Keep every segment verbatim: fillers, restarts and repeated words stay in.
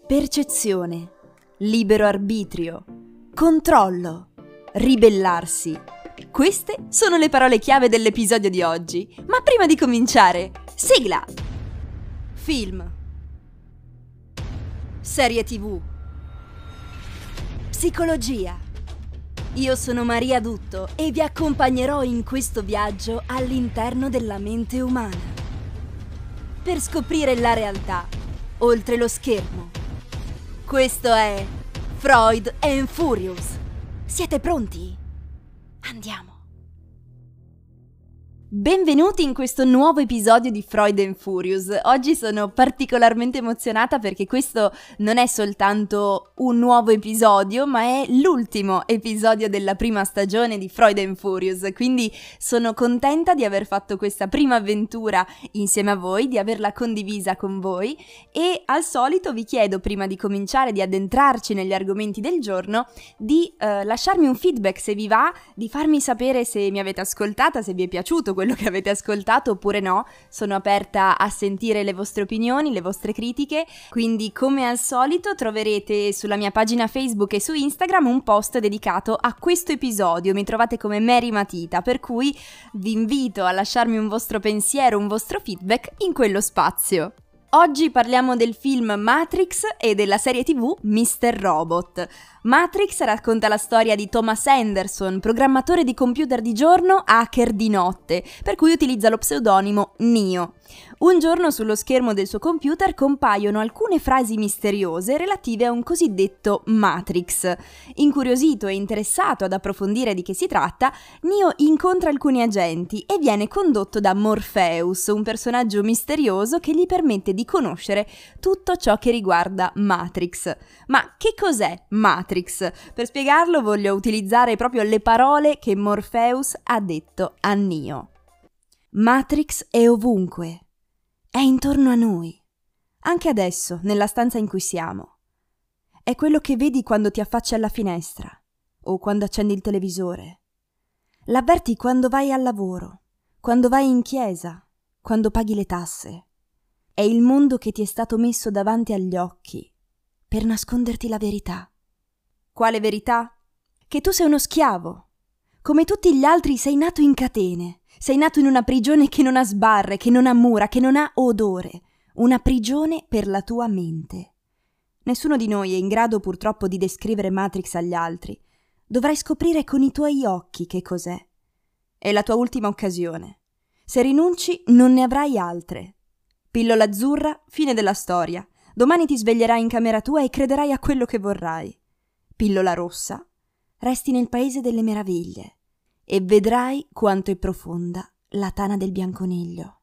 percezione, libero arbitrio, controllo, ribellarsi. Queste sono le parole chiave dell'episodio di oggi, ma prima di cominciare, sigla! Film, serie tivù, psicologia. Io sono Maria Dutto e vi accompagnerò in questo viaggio all'interno della mente umana, per scoprire la realtà oltre lo schermo. Questo è Freud and Furious. Siete pronti? Andiamo! Benvenuti in questo nuovo episodio di Freud and Furious. Oggi sono particolarmente emozionata perché questo non è soltanto un nuovo episodio, ma è l'ultimo episodio della prima stagione di Freud and Furious, quindi sono contenta di aver fatto questa prima avventura insieme a voi, di averla condivisa con voi e al solito vi chiedo, prima di cominciare, di addentrarci negli argomenti del giorno, di eh, lasciarmi un feedback se vi va, di farmi sapere se mi avete ascoltata, se vi è piaciuto quello che avete ascoltato oppure no. Sono aperta a sentire le vostre opinioni, le vostre critiche, quindi come al solito troverete sulla mia pagina Facebook e su Instagram un post dedicato a questo episodio, mi trovate come Mary Matita, per cui vi invito a lasciarmi un vostro pensiero, un vostro feedback in quello spazio. Oggi parliamo del film Matrix e della serie tivù mister Robot. Matrix racconta la storia di Thomas Anderson, programmatore di computer di giorno, hacker di notte, per cui utilizza lo pseudonimo Neo. Un giorno sullo schermo del suo computer compaiono alcune frasi misteriose relative a un cosiddetto Matrix. Incuriosito e interessato ad approfondire di che si tratta, Neo incontra alcuni agenti e viene condotto da Morpheus, un personaggio misterioso che gli permette di conoscere tutto ciò che riguarda Matrix. Ma che cos'è Matrix? Per spiegarlo voglio utilizzare proprio le parole che Morpheus ha detto a Neo. Matrix è ovunque, è intorno a noi, anche adesso, nella stanza in cui siamo. È quello che vedi quando ti affacci alla finestra o quando accendi il televisore. L'avverti quando vai al lavoro, quando vai in chiesa, quando paghi le tasse. È il mondo che ti è stato messo davanti agli occhi per nasconderti la verità. Quale verità? Che tu sei uno schiavo. Come tutti gli altri sei nato in catene. Sei nato in una prigione che non ha sbarre, che non ha mura, che non ha odore. Una prigione per la tua mente. Nessuno di noi è in grado purtroppo di descrivere Matrix agli altri. Dovrai scoprire con i tuoi occhi che cos'è. È la tua ultima occasione. Se rinunci non ne avrai altre. Pillola azzurra, fine della storia. Domani ti sveglierai in camera tua e crederai a quello che vorrai. Pillola rossa, resti nel paese delle meraviglie e vedrai quanto è profonda la tana del bianconiglio.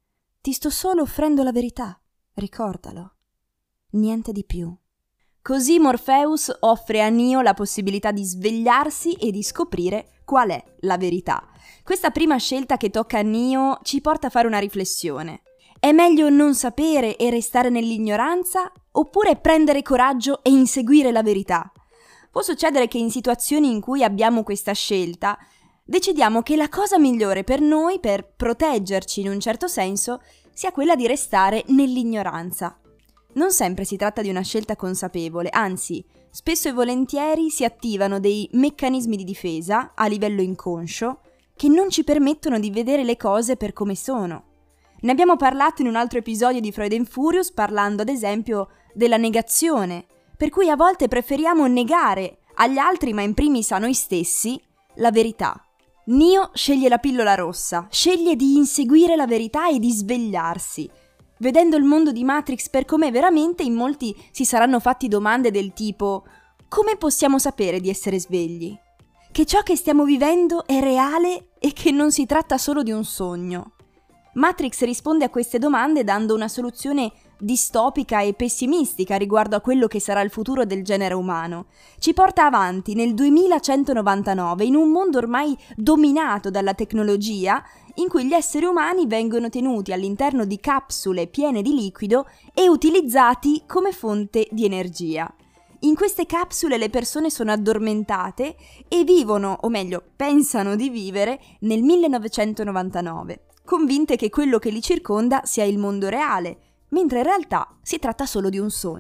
Ti sto solo offrendo la verità, ricordalo. Niente di più. Così Morpheus offre a Neo la possibilità di svegliarsi e di scoprire qual è la verità. Questa prima scelta che tocca a Neo ci porta a fare una riflessione. È meglio non sapere e restare nell'ignoranza oppure prendere coraggio e inseguire la verità? Può succedere che in situazioni in cui abbiamo questa scelta, decidiamo che la cosa migliore per noi, per proteggerci in un certo senso, sia quella di restare nell'ignoranza. Non sempre si tratta di una scelta consapevole, anzi, spesso e volentieri si attivano dei meccanismi di difesa a livello inconscio che non ci permettono di vedere le cose per come sono. Ne abbiamo parlato in un altro episodio di Freud and Furious, parlando ad esempio della negazione, per cui a volte preferiamo negare agli altri, ma in primis a noi stessi, la verità. Neo sceglie la pillola rossa, sceglie di inseguire la verità e di svegliarsi. Vedendo il mondo di Matrix per com'è veramente, in molti si saranno fatti domande del tipo: come possiamo sapere di essere svegli? Che ciò che stiamo vivendo è reale e che non si tratta solo di un sogno? Matrix risponde a queste domande dando una soluzione distopica e pessimistica riguardo a quello che sarà il futuro del genere umano. Ci porta avanti nel duemilacentonovantanove in un mondo ormai dominato dalla tecnologia, in cui gli esseri umani vengono tenuti all'interno di capsule piene di liquido e utilizzati come fonte di energia. In queste capsule le persone sono addormentate e vivono, o meglio, pensano di vivere nel millenovecentonovantanove, convinte che quello che li circonda sia il mondo reale, mentre in realtà si tratta solo di un sogno.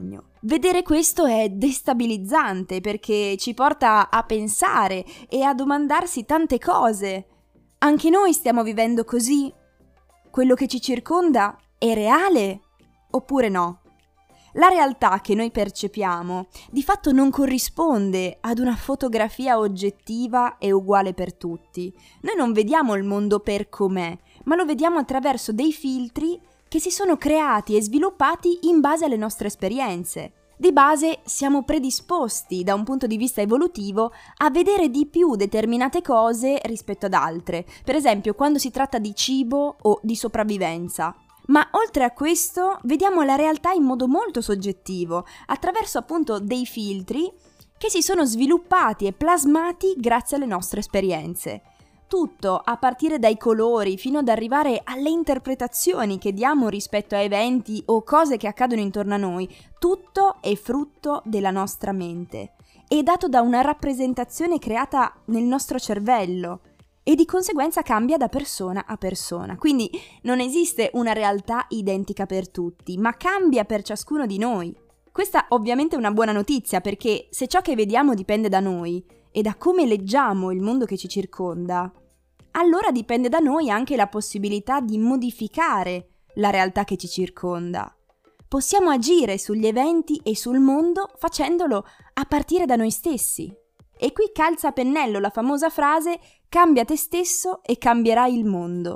Vedere questo è destabilizzante perché ci porta a pensare e a domandarsi tante cose. Anche noi stiamo vivendo così? Quello che ci circonda è reale oppure no? La realtà che noi percepiamo di fatto non corrisponde ad una fotografia oggettiva e uguale per tutti. Noi non vediamo il mondo per com'è, ma lo vediamo attraverso dei filtri che si sono creati e sviluppati in base alle nostre esperienze. Di base siamo predisposti da un punto di vista evolutivo a vedere di più determinate cose rispetto ad altre, per esempio quando si tratta di cibo o di sopravvivenza. Ma oltre a questo vediamo la realtà in modo molto soggettivo, attraverso appunto dei filtri che si sono sviluppati e plasmati grazie alle nostre esperienze. Tutto, a partire dai colori fino ad arrivare alle interpretazioni che diamo rispetto a eventi o cose che accadono intorno a noi, tutto è frutto della nostra mente, è dato da una rappresentazione creata nel nostro cervello e di conseguenza cambia da persona a persona. Quindi non esiste una realtà identica per tutti, ma cambia per ciascuno di noi. Questa ovviamente è una buona notizia perché se ciò che vediamo dipende da noi e da come leggiamo il mondo che ci circonda, allora dipende da noi anche la possibilità di modificare la realtà che ci circonda. Possiamo agire sugli eventi e sul mondo facendolo a partire da noi stessi. E qui calza a pennello la famosa frase «cambia te stesso e cambierai il mondo».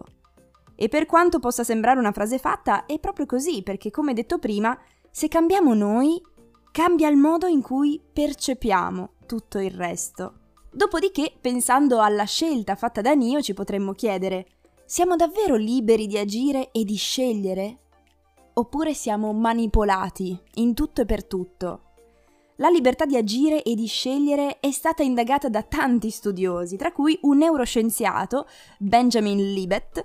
E per quanto possa sembrare una frase fatta, è proprio così, perché come detto prima, se cambiamo noi, cambia il modo in cui percepiamo tutto il resto. Dopodiché, pensando alla scelta fatta da Neo, ci potremmo chiedere: siamo davvero liberi di agire e di scegliere? Oppure siamo manipolati in tutto e per tutto? La libertà di agire e di scegliere è stata indagata da tanti studiosi, tra cui un neuroscienziato, Benjamin Libet,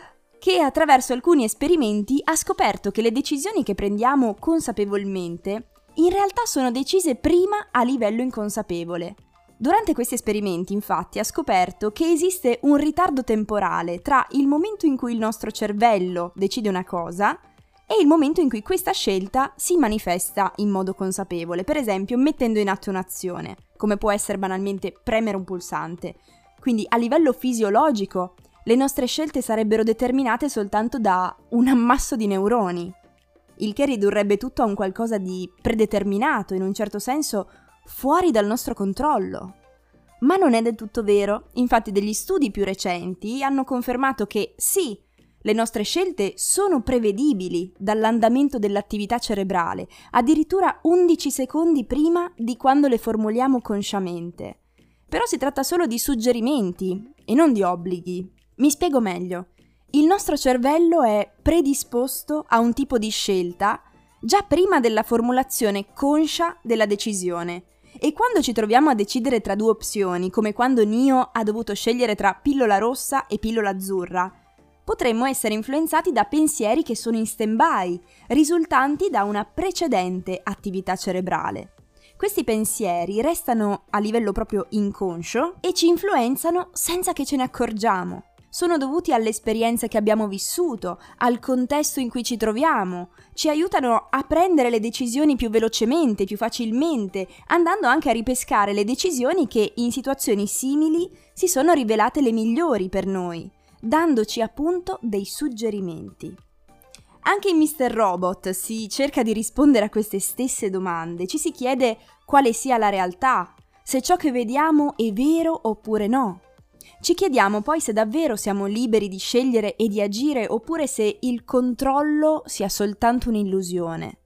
che attraverso alcuni esperimenti ha scoperto che le decisioni che prendiamo consapevolmente in realtà sono decise prima a livello inconsapevole. Durante questi esperimenti, infatti, ha scoperto che esiste un ritardo temporale tra il momento in cui il nostro cervello decide una cosa e il momento in cui questa scelta si manifesta in modo consapevole, per esempio mettendo in atto un'azione, come può essere banalmente premere un pulsante. Quindi a livello fisiologico le nostre scelte sarebbero determinate soltanto da un ammasso di neuroni, il che ridurrebbe tutto a un qualcosa di predeterminato, in un certo senso fuori dal nostro controllo. Ma non è del tutto vero, infatti degli studi più recenti hanno confermato che sì, le nostre scelte sono prevedibili dall'andamento dell'attività cerebrale, addirittura undici secondi prima di quando le formuliamo consciamente. Però si tratta solo di suggerimenti e non di obblighi. Mi spiego meglio. Il nostro cervello è predisposto a un tipo di scelta già prima della formulazione conscia della decisione. E quando ci troviamo a decidere tra due opzioni, come quando Neo ha dovuto scegliere tra pillola rossa e pillola azzurra, potremmo essere influenzati da pensieri che sono in stand-by, risultanti da una precedente attività cerebrale. Questi pensieri restano a livello proprio inconscio e ci influenzano senza che ce ne accorgiamo. Sono dovuti alle esperienze che abbiamo vissuto, al contesto in cui ci troviamo, ci aiutano a prendere le decisioni più velocemente, più facilmente, andando anche a ripescare le decisioni che in situazioni simili si sono rivelate le migliori per noi, dandoci appunto dei suggerimenti. Anche in mister Robot si cerca di rispondere a queste stesse domande, ci si chiede quale sia la realtà, se ciò che vediamo è vero oppure no. Ci chiediamo poi se davvero siamo liberi di scegliere e di agire oppure se il controllo sia soltanto un'illusione.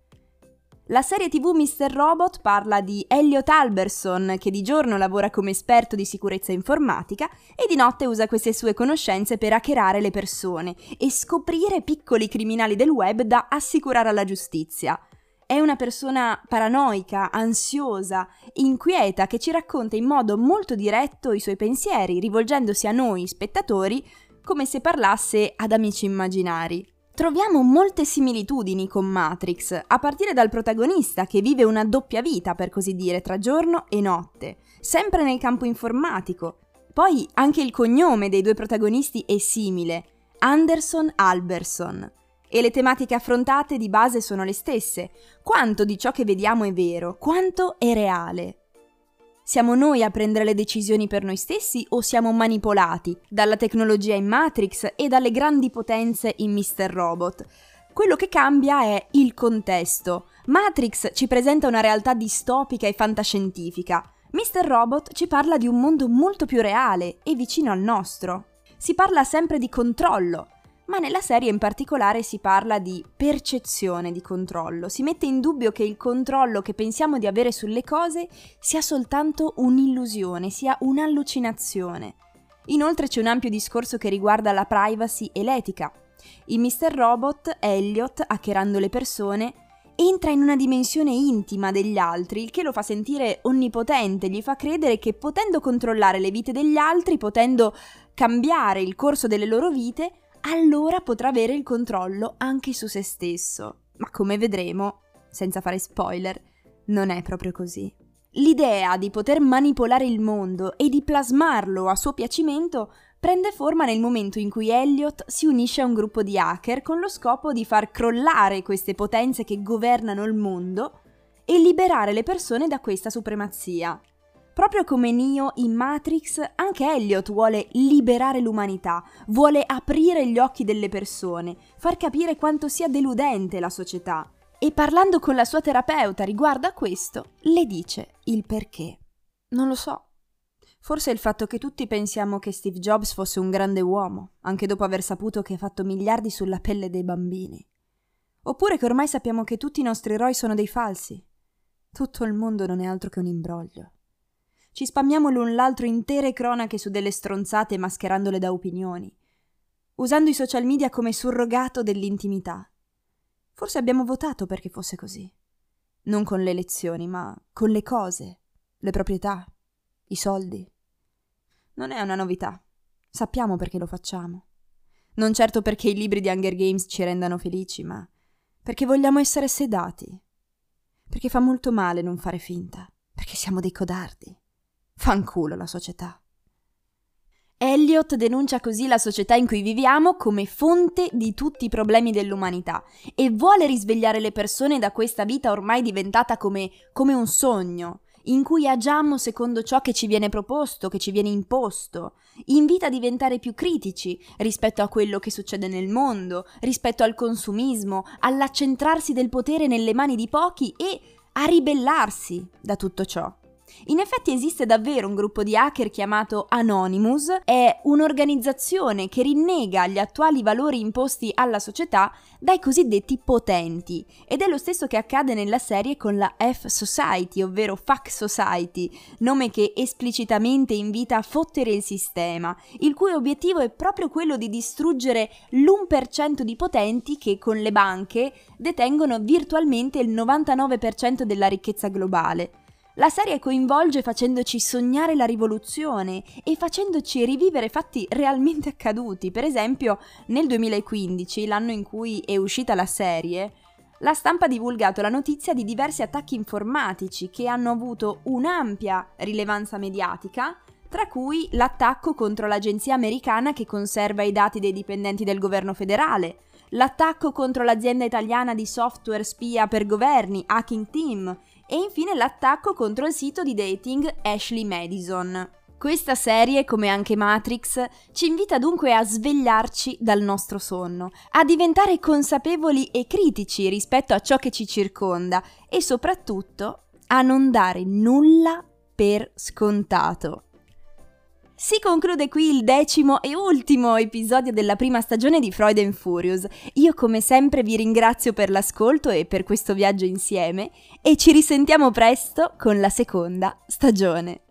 La serie tivù mister Robot parla di Elliot Alberson, che di giorno lavora come esperto di sicurezza informatica e di notte usa queste sue conoscenze per hackerare le persone e scoprire piccoli criminali del web da assicurare alla giustizia. È una persona paranoica, ansiosa, inquieta che ci racconta in modo molto diretto i suoi pensieri, rivolgendosi a noi spettatori come se parlasse ad amici immaginari. Troviamo molte similitudini con Matrix, a partire dal protagonista che vive una doppia vita, per così dire, tra giorno e notte, sempre nel campo informatico. Poi anche il cognome dei due protagonisti è simile, Anderson Alberson. E le tematiche affrontate di base sono le stesse. Quanto di ciò che vediamo è vero? Quanto è reale? Siamo noi a prendere le decisioni per noi stessi o siamo manipolati dalla tecnologia in Matrix e dalle grandi potenze in mister Robot? Quello che cambia è il contesto. Matrix ci presenta una realtà distopica e fantascientifica. mister Robot ci parla di un mondo molto più reale e vicino al nostro. Si parla sempre di controllo, ma nella serie in particolare si parla di percezione di controllo. Si mette in dubbio che il controllo che pensiamo di avere sulle cose sia soltanto un'illusione, sia un'allucinazione. Inoltre c'è un ampio discorso che riguarda la privacy e l'etica. In mister Robot, Elliot, hackerando le persone, entra in una dimensione intima degli altri, il che lo fa sentire onnipotente, gli fa credere che potendo controllare le vite degli altri, potendo cambiare il corso delle loro vite, allora potrà avere il controllo anche su se stesso. Ma come vedremo, senza fare spoiler, non è proprio così. L'idea di poter manipolare il mondo e di plasmarlo a suo piacimento prende forma nel momento in cui Elliot si unisce a un gruppo di hacker con lo scopo di far crollare queste potenze che governano il mondo e liberare le persone da questa supremazia. Proprio come Neo in Matrix, anche Elliot vuole liberare l'umanità, vuole aprire gli occhi delle persone, far capire quanto sia deludente la società. E parlando con la sua terapeuta riguardo a questo, le dice il perché. Non lo so. Forse il fatto che tutti pensiamo che Steve Jobs fosse un grande uomo, anche dopo aver saputo che ha fatto miliardi sulla pelle dei bambini. Oppure che ormai sappiamo che tutti i nostri eroi sono dei falsi. Tutto il mondo non è altro che un imbroglio. Ci spammiamo l'un l'altro intere cronache su delle stronzate mascherandole da opinioni, usando i social media come surrogato dell'intimità. Forse abbiamo votato perché fosse così. Non con le elezioni, ma con le cose, le proprietà, i soldi. Non è una novità. Sappiamo perché lo facciamo. Non certo perché i libri di Hunger Games ci rendano felici, ma perché vogliamo essere sedati. Perché fa molto male non fare finta. Perché siamo dei codardi. Fanculo la società. Elliot denuncia così la società in cui viviamo come fonte di tutti i problemi dell'umanità e vuole risvegliare le persone da questa vita ormai diventata come, come un sogno, in cui agiamo secondo ciò che ci viene proposto, che ci viene imposto. Invita a diventare più critici rispetto a quello che succede nel mondo, rispetto al consumismo, all'accentrarsi del potere nelle mani di pochi e a ribellarsi da tutto ciò. In effetti esiste davvero un gruppo di hacker chiamato Anonymous, è un'organizzazione che rinnega gli attuali valori imposti alla società dai cosiddetti potenti, ed è lo stesso che accade nella serie con la F-Society, ovvero Fuck Society, nome che esplicitamente invita a fottere il sistema, il cui obiettivo è proprio quello di distruggere l'uno per cento di potenti che con le banche detengono virtualmente il novantanove per cento della ricchezza globale. La serie coinvolge facendoci sognare la rivoluzione e facendoci rivivere fatti realmente accaduti. Per esempio, nel duemilaquindici, l'anno in cui è uscita la serie, la stampa ha divulgato la notizia di diversi attacchi informatici che hanno avuto un'ampia rilevanza mediatica, tra cui l'attacco contro l'agenzia americana che conserva i dati dei dipendenti del governo federale, l'attacco contro l'azienda italiana di software spia per governi, Hacking Team, e infine l'attacco contro il sito di dating Ashley Madison. Questa serie, come anche Matrix, ci invita dunque a svegliarci dal nostro sonno, a diventare consapevoli e critici rispetto a ciò che ci circonda e soprattutto a non dare nulla per scontato. Si conclude qui il decimo e ultimo episodio della prima stagione di Freud and Furious. Io come sempre vi ringrazio per l'ascolto e per questo viaggio insieme e ci risentiamo presto con la seconda stagione.